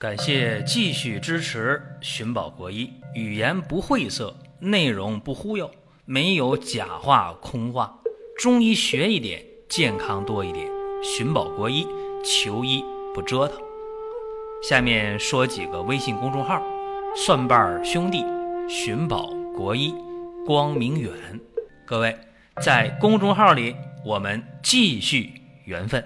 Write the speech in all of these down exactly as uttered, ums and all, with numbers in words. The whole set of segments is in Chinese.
感谢继续支持寻宝国医，语言不晦涩，内容不忽悠，没有假话空话，中医学一点，健康多一点。寻宝国医，求医不折腾。下面说几个微信公众号：蒜瓣兄弟、寻宝国医、光明远。各位在公众号里，我们继续缘分。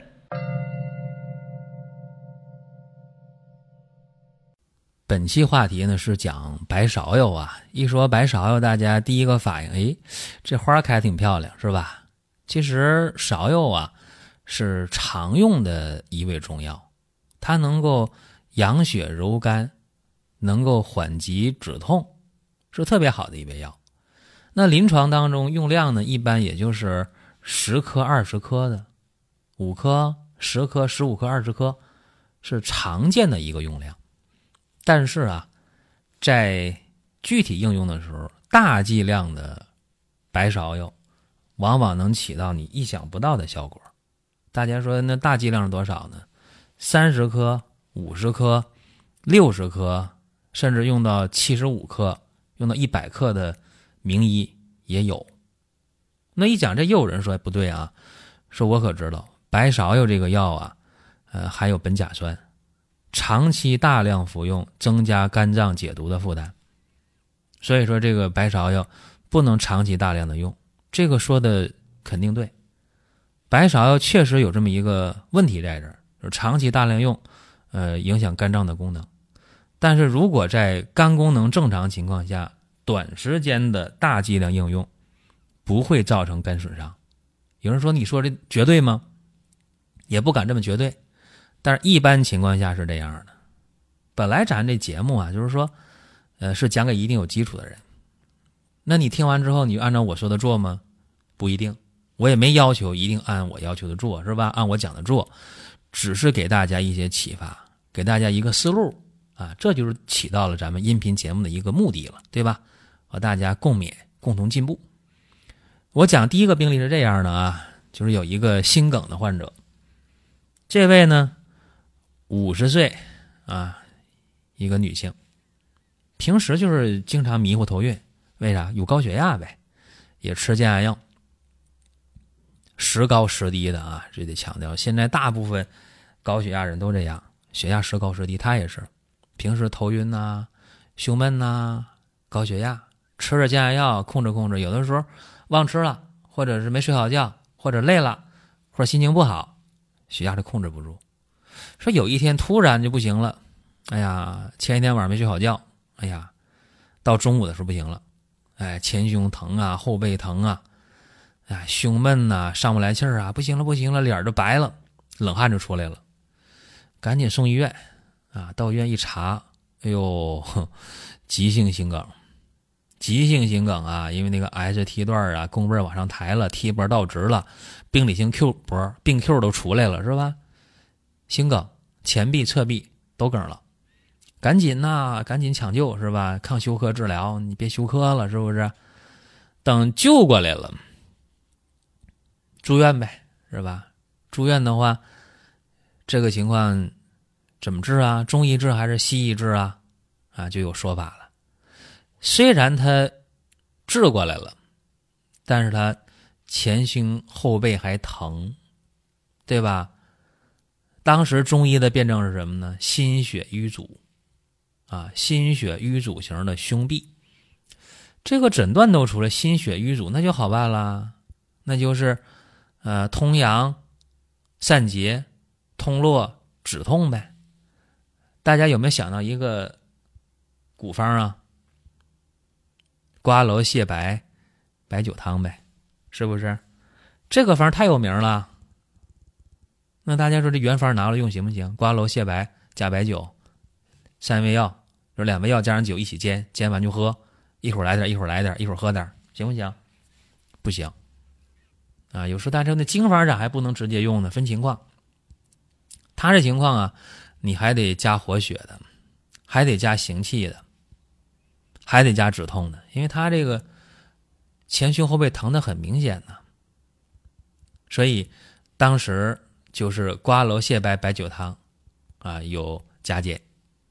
本期话题呢是讲白芍药啊。一说白芍药，大家第一个反应，诶，这花开挺漂亮，是吧？其实芍药啊是常用的一味中药，它能够养血柔肝，能够缓急止痛，是特别好的一味药。那临床当中用量呢，一般也就是十颗、二十颗的，五颗、十颗、十五颗、二十颗，是常见的一个用量。但是啊，在具体应用的时候，大剂量的白芍药往往能起到你意想不到的效果。大家说那大剂量是多少呢？三十颗、五十颗、六十颗，甚至用到七十五颗、用到一百克的名医也有。那一讲这又有人说不对啊，说我可知道白芍药这个药啊，呃，含有苯甲酸。长期大量服用增加肝脏解毒的负担，所以说这个白芍药不能长期大量的用，这个说的肯定对。白芍药确实有这么一个问题在这儿，就是长期大量用呃，影响肝脏的功能。但是如果在肝功能正常情况下，短时间的大剂量应用不会造成肝损伤。有人说你说这绝对吗？也不敢这么绝对，但是一般情况下是这样的。本来咱这节目啊，就是说呃，是讲给一定有基础的人。那你听完之后，你就按照我说的做吗？不一定。我也没要求一定按我要求的做，是吧？按我讲的做，只是给大家一些启发，给大家一个思路啊，这就是起到了咱们音频节目的一个目的了，对吧？和大家共勉，共同进步。我讲第一个病例是这样的啊，就是有一个心梗的患者，这位呢五十岁啊，一个女性，平时就是经常迷糊头晕，为啥？有高血压呗，也吃降压药，时高时低的啊，这得强调。现在大部分高血压人都这样，血压时高时低，他也是平时头晕呐、胸闷呐、高血压，吃着降压药控制控制，有的时候忘吃了，或者是没睡好觉，或者累了，或者心情不好，血压就控制不住。说有一天突然就不行了，哎呀，前一天晚上没睡好觉，哎呀，到中午的时候不行了，哎，前胸疼啊，后背疼啊，哎，胸闷呐、啊，上不来气儿啊，不行了不行了，脸就白了，冷汗就出来了，赶紧送医院啊！到医院一查，哎呦，急性心梗，急性心梗啊，因为那个 S T 段啊，弓背往上抬了 ，T 波倒直了，病理性 Q 波，病 Q 都出来了，是吧？心梗，前臂、侧臂都梗了，赶紧呐、啊，赶紧抢救，是吧？抗休克治疗，你别休克了，是不是？等救过来了，住院呗，是吧？住院的话，这个情况怎么治啊？中医治还是西医治啊？啊，就有说法了。虽然他治过来了，但是他前胸后背还疼，对吧？当时中医的辩证是什么呢？心血瘀阻啊，心血瘀阻型的胸痹。这个诊断都出来，心血瘀阻，那就好办了，那就是呃通阳、散结、通络、止痛呗。大家有没有想到一个古方啊？瓜蒌泻白白酒汤呗，是不是？这个方太有名了。那大家说这原方拿了用行不行？瓜蒌泻白加白酒，三味药，就两味药加上酒一起煎，煎完就喝，一会儿来点，一会儿来点，一会儿喝点，行不行？不行啊！有时候大家说那经方咋还不能直接用呢？分情况。他这情况啊，你还得加活血的，还得加行气的，还得加止痛的，因为他这个前胸后背疼得很明显呢。所以当时就是瓜蒌泻白白酒汤啊，有加减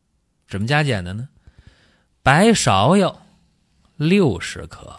怎么加减的呢？白芍药六十克，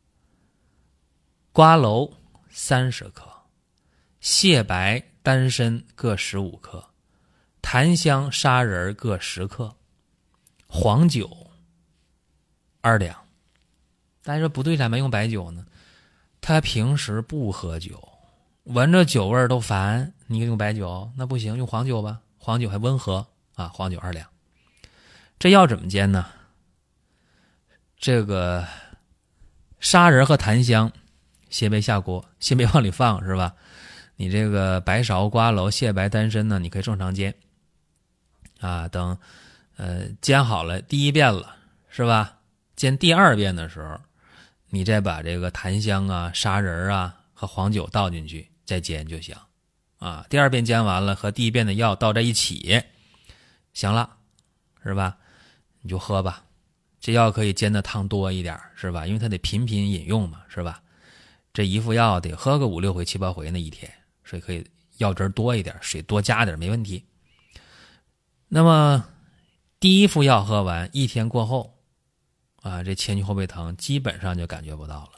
瓜蒌三十克，蟹白、丹参各十五克，檀香、砂仁各十克，黄酒二两。大家说不对，咋没用白酒呢？他平时不喝酒，闻着酒味都烦，你用白酒那不行，用黄酒吧，黄酒还温和啊，黄酒二两。这药怎么煎呢？这个砂仁和檀香先别下锅，先别往里放，是吧？你这个白芍、瓜蒌、蟹白、丹参呢，你可以正常煎啊。等呃煎好了第一遍了，是吧？煎第二遍的时候，你再把这个檀香啊、砂仁啊和黄酒倒进去，再煎就行啊。第二遍煎完了，和第一遍的药倒在一起，行了，是吧？你就喝吧。这药可以煎的汤多一点，是吧？因为它得频频饮用嘛，是吧？这一副药得喝个五六回、七八回那一天，所以可以药汁多一点，水多加点没问题。那么第一副药喝完，一天过后啊，这前屈后背疼基本上就感觉不到了。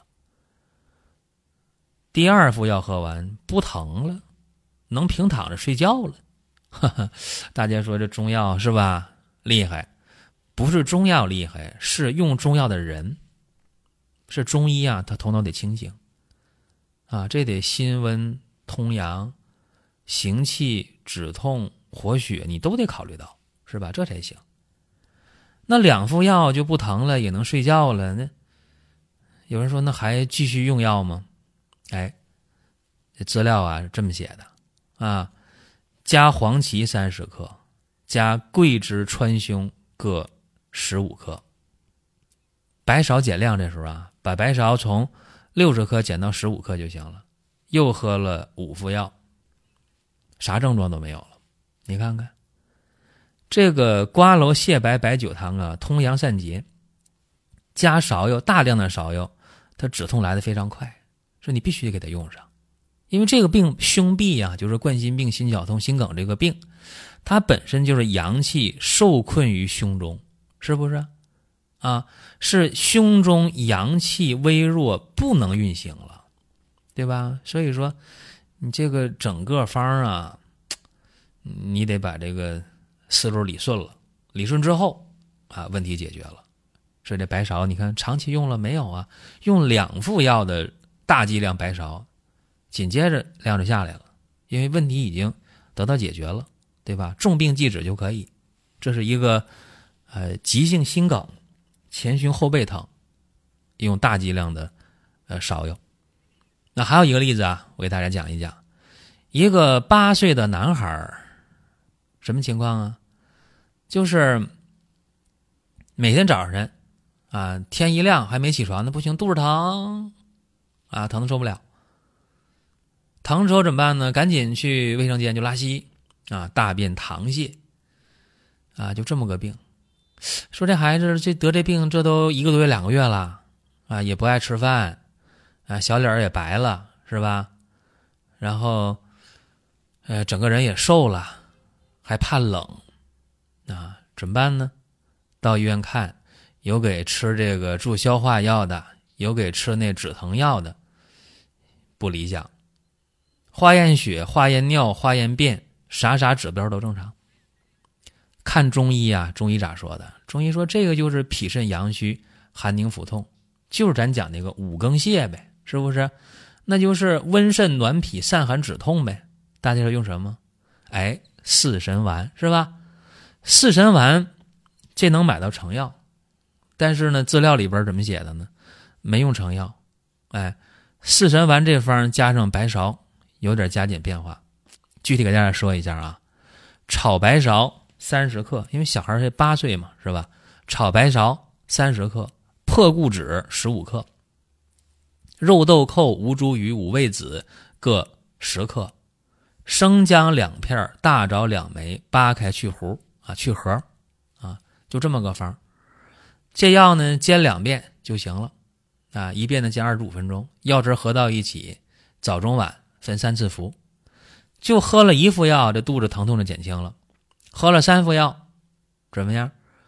第二副药喝完不疼了，能平躺着睡觉了。哈哈，大家说这中药是吧？厉害。不是中药厉害，是用中药的人，是中医啊，他头脑得清醒啊，这得心温通阳、行气、止痛、活血，你都得考虑到，是吧？这才行。那两副药就不疼了，也能睡觉了，那有人说那还继续用药吗？哎，这资料啊是这么写的啊，加黄芪三十克，加桂枝、川芎各十五克。白芍减量，这时候啊，把白芍从六十克减到十五克就行了。又喝了五副药，啥症状都没有了。你看看，这个瓜蒌蟹白白酒汤啊，通阳散结，加芍药，大量的芍药，它止痛来得非常快，所以你必须得给它用上。因为这个病胸痹啊，就是冠心病、心绞痛、心梗这个病，它本身就是阳气受困于胸中，是不是啊？是胸中阳气微弱，不能运行了，对吧？所以说你这个整个方啊，你得把这个思路理顺了，理顺之后啊，问题解决了。所以这白芍你看长期用了没有啊？用两副药的大剂量白芍，紧接着量就下来了，因为问题已经得到解决了，对吧？重病即止就可以。这是一个呃急性心梗、前胸后背疼，用大剂量的呃芍药。那还有一个例子啊，我给大家讲一讲，一个八岁的男孩，什么情况啊？就是每天早晨啊，天一亮还没起床，那不行，肚子疼啊，疼得受不了。疼的时候怎么办呢？赶紧去卫生间就拉稀啊，大便溏泻啊，就这么个病。说这孩子这得这病这都一个多月两个月了啊，也不爱吃饭啊，小脸也白了，是吧？然后呃整个人也瘦了，还怕冷啊，怎么办呢？到医院看，有给吃这个助消化药的，有给吃那止疼药的，不理想。化验血、化验尿、化验便，啥啥指标都正常。看中医啊，中医咋说的？中医说这个就是脾肾阳虚、寒凝腹痛，就是咱讲那个五更泻呗，是不是？那就是温肾暖脾、散寒止痛呗。大家说用什么？哎，四神丸是吧？四神丸这能买到成药，但是呢，资料里边怎么写的呢？没用成药。哎，四神丸这方加上白芍，有点加减变化。具体给大家说一下啊，炒白芍三十克，因为小孩是八岁嘛，是吧？炒白芍三十克，破固脂十五克，肉豆蔻、吴茱萸、五味子各十克，生姜两片，大枣两枚，扒开去核啊，去核啊，就这么个方。这药呢煎两遍就行了啊，一遍呢煎二十五分钟，药汁合到一起，早中晚分三次服。就喝了一副药，这肚子疼痛就减轻了。喝了三副药，怎么样？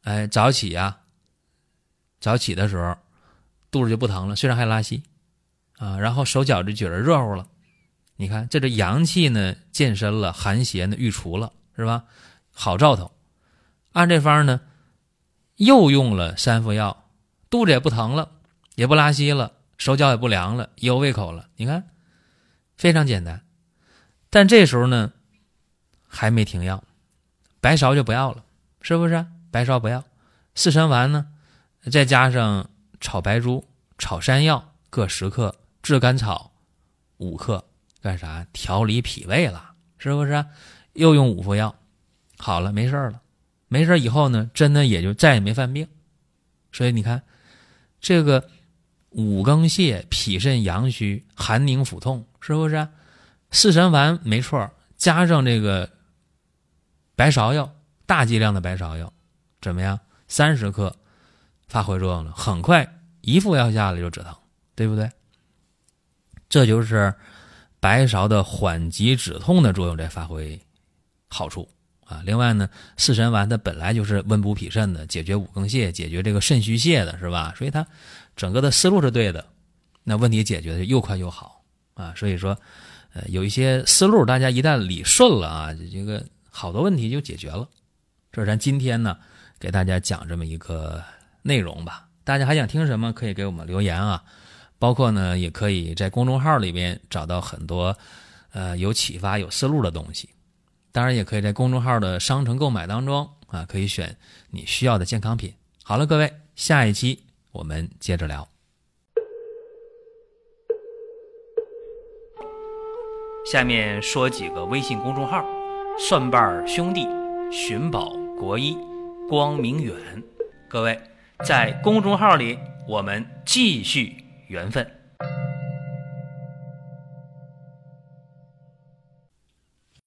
哎，早起啊，早起的时候肚子就不疼了，虽然还拉稀啊，然后手脚就觉得热乎了。你看这这阳气呢健身了，寒邪呢御除了，是吧？好兆头。按这方呢又用了三副药，肚子也不疼了，也不拉稀了，手脚也不凉了，也有胃口了。你看非常简单。但这时候呢还没停药，白芍就不要了，是不是？白芍不要，四神丸呢再加上炒白术、炒山药各十克，炙甘草五克，干啥？调理脾胃了，是不是？又用五副药，好了，没事了。没事以后呢，真的也就再也没犯病。所以你看这个五更泻、脾肾阳虚、寒凝腹痛，是不是？四神丸没错，加上这个白芍药，大剂量的白芍药，怎么样？三十克发挥作用了，很快一副药下来就止疼，对不对？这就是白芍的缓急止痛的作用在发挥好处啊。另外呢，四神丸它本来就是温补脾肾的，解决五更泻，解决这个肾虚泻的，是吧？所以它整个的思路是对的，那问题解决的又快又好啊。所以说呃，有一些思路大家一旦理顺了啊，这个好多问题就解决了。这是咱今天呢给大家讲这么一个内容吧。大家还想听什么可以给我们留言啊，包括呢也可以在公众号里边找到很多呃有启发有思路的东西。当然也可以在公众号的商城购买当中啊，可以选你需要的健康品。好了，各位，下一期我们接着聊。下面说几个微信公众号：蒜瓣兄弟、寻宝国医、光明远。各位在公众号里我们继续缘分。